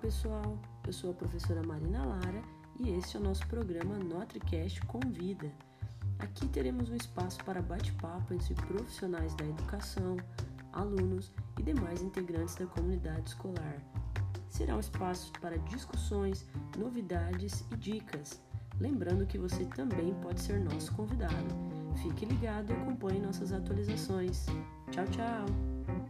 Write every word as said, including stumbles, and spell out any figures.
pessoal, eu sou a professora Marina Lara e este é o nosso programa NotriCast Convida. Aqui teremos um espaço para bate-papo entre profissionais da educação, alunos e demais integrantes da comunidade escolar. Será um espaço para discussões, novidades e dicas. Lembrando que você também pode ser nosso convidado. Fique ligado e acompanhe nossas atualizações. Tchau, tchau!